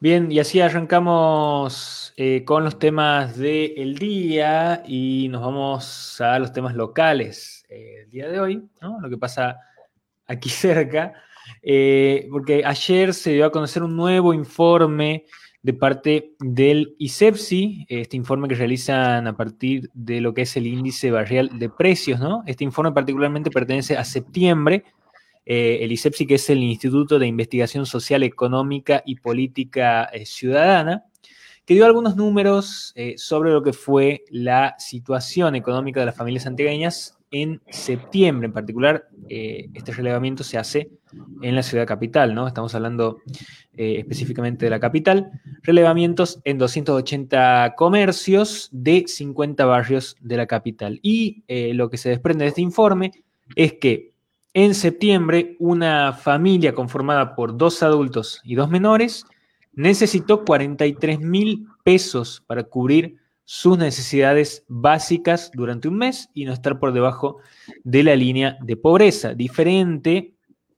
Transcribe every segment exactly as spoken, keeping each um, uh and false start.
Bien, y así arrancamos eh, con los temas del día y nos vamos a los temas locales eh, el día de hoy, ¿no? Lo que pasa aquí cerca, eh, porque ayer se dio a conocer un nuevo informe de parte del ISEPSI, este informe que realizan a partir de lo que es el índice barrial de precios, ¿no? Este informe particularmente pertenece a septiembre. Eh, el ISEPSI, que es el Instituto de Investigación Social, Económica y Política eh, Ciudadana, que dio algunos números eh, sobre lo que fue la situación económica de las familias santiagueñas en septiembre. En particular, eh, este relevamiento se hace en la ciudad capital, ¿no? Estamos hablando eh, específicamente de la capital. Relevamientos en doscientos ochenta comercios de cincuenta barrios de la capital. Y eh, lo que se desprende de este informe es que en septiembre, una familia conformada por dos adultos y dos menores necesitó cuarenta y tres mil pesos para cubrir sus necesidades básicas durante un mes y no estar por debajo de la línea de pobreza, diferente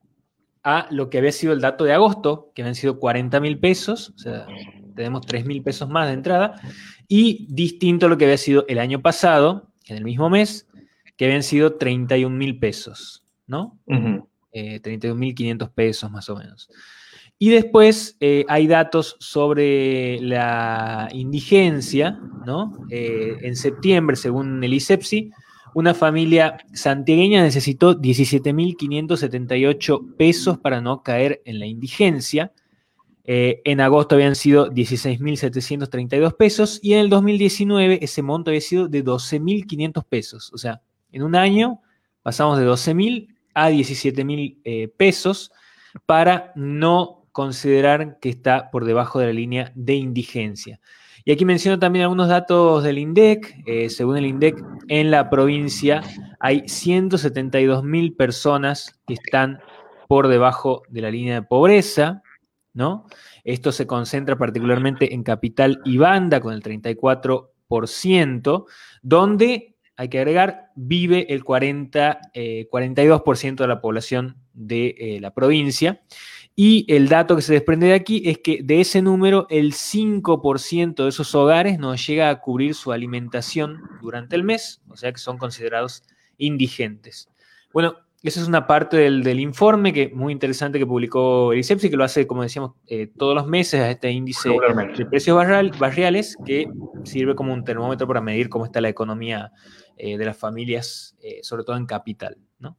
a lo que había sido el dato de agosto, que habían sido cuarenta mil pesos, o sea, tenemos tres mil pesos más de entrada, y distinto a lo que había sido el año pasado, en el mismo mes, que habían sido treinta y un mil pesos. ¿No? Uh-huh. eh, treinta y un mil quinientos pesos más o menos. Y después eh, hay datos sobre la indigencia, ¿no? Eh, en septiembre, según el ISEPSI, una familia santiagueña necesitó diecisiete mil quinientos setenta y ocho pesos para no caer en la indigencia. Eh, en agosto habían sido dieciséis mil setecientos treinta y dos pesos y en el dos mil diecinueve ese monto había sido de doce mil quinientos pesos. O sea, en un año pasamos de doce mil a diecisiete mil eh, pesos para no considerar que está por debajo de la línea de indigencia. Y aquí menciono también algunos datos del INDEC. Eh, según el INDEC, en la provincia hay ciento setenta y dos mil personas que están por debajo de la línea de pobreza, ¿no? Esto se concentra particularmente en Capital y Banda con el treinta y cuatro por ciento, donde hay que agregar, vive el cuarenta, eh, cuarenta y dos por ciento de la población de eh, la provincia. Y el dato que se desprende de aquí es que de ese número, el cinco por ciento de esos hogares no llega a cubrir su alimentación durante el mes, o sea que son considerados indigentes. Bueno, esa es una parte del, del informe que muy interesante que publicó el ISEPSI, que lo hace, como decíamos, eh, todos los meses a este índice de precios barrial, barriales, que sirve como un termómetro para medir cómo está la economía eh, de las familias, eh, sobre todo en capital, ¿no?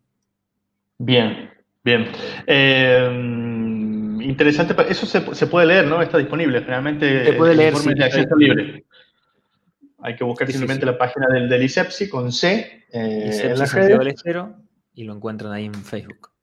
Bien, bien. Eh, interesante. Eso se, se puede leer, ¿no? Está disponible. Generalmente se puede leer, informe sí, de acceso libre. Hay que buscar sí, simplemente sí, sí. la página del, del ISEPSI con C eh, ISEPSI en las Santiago redes. del Estero y lo encuentran ahí en Facebook.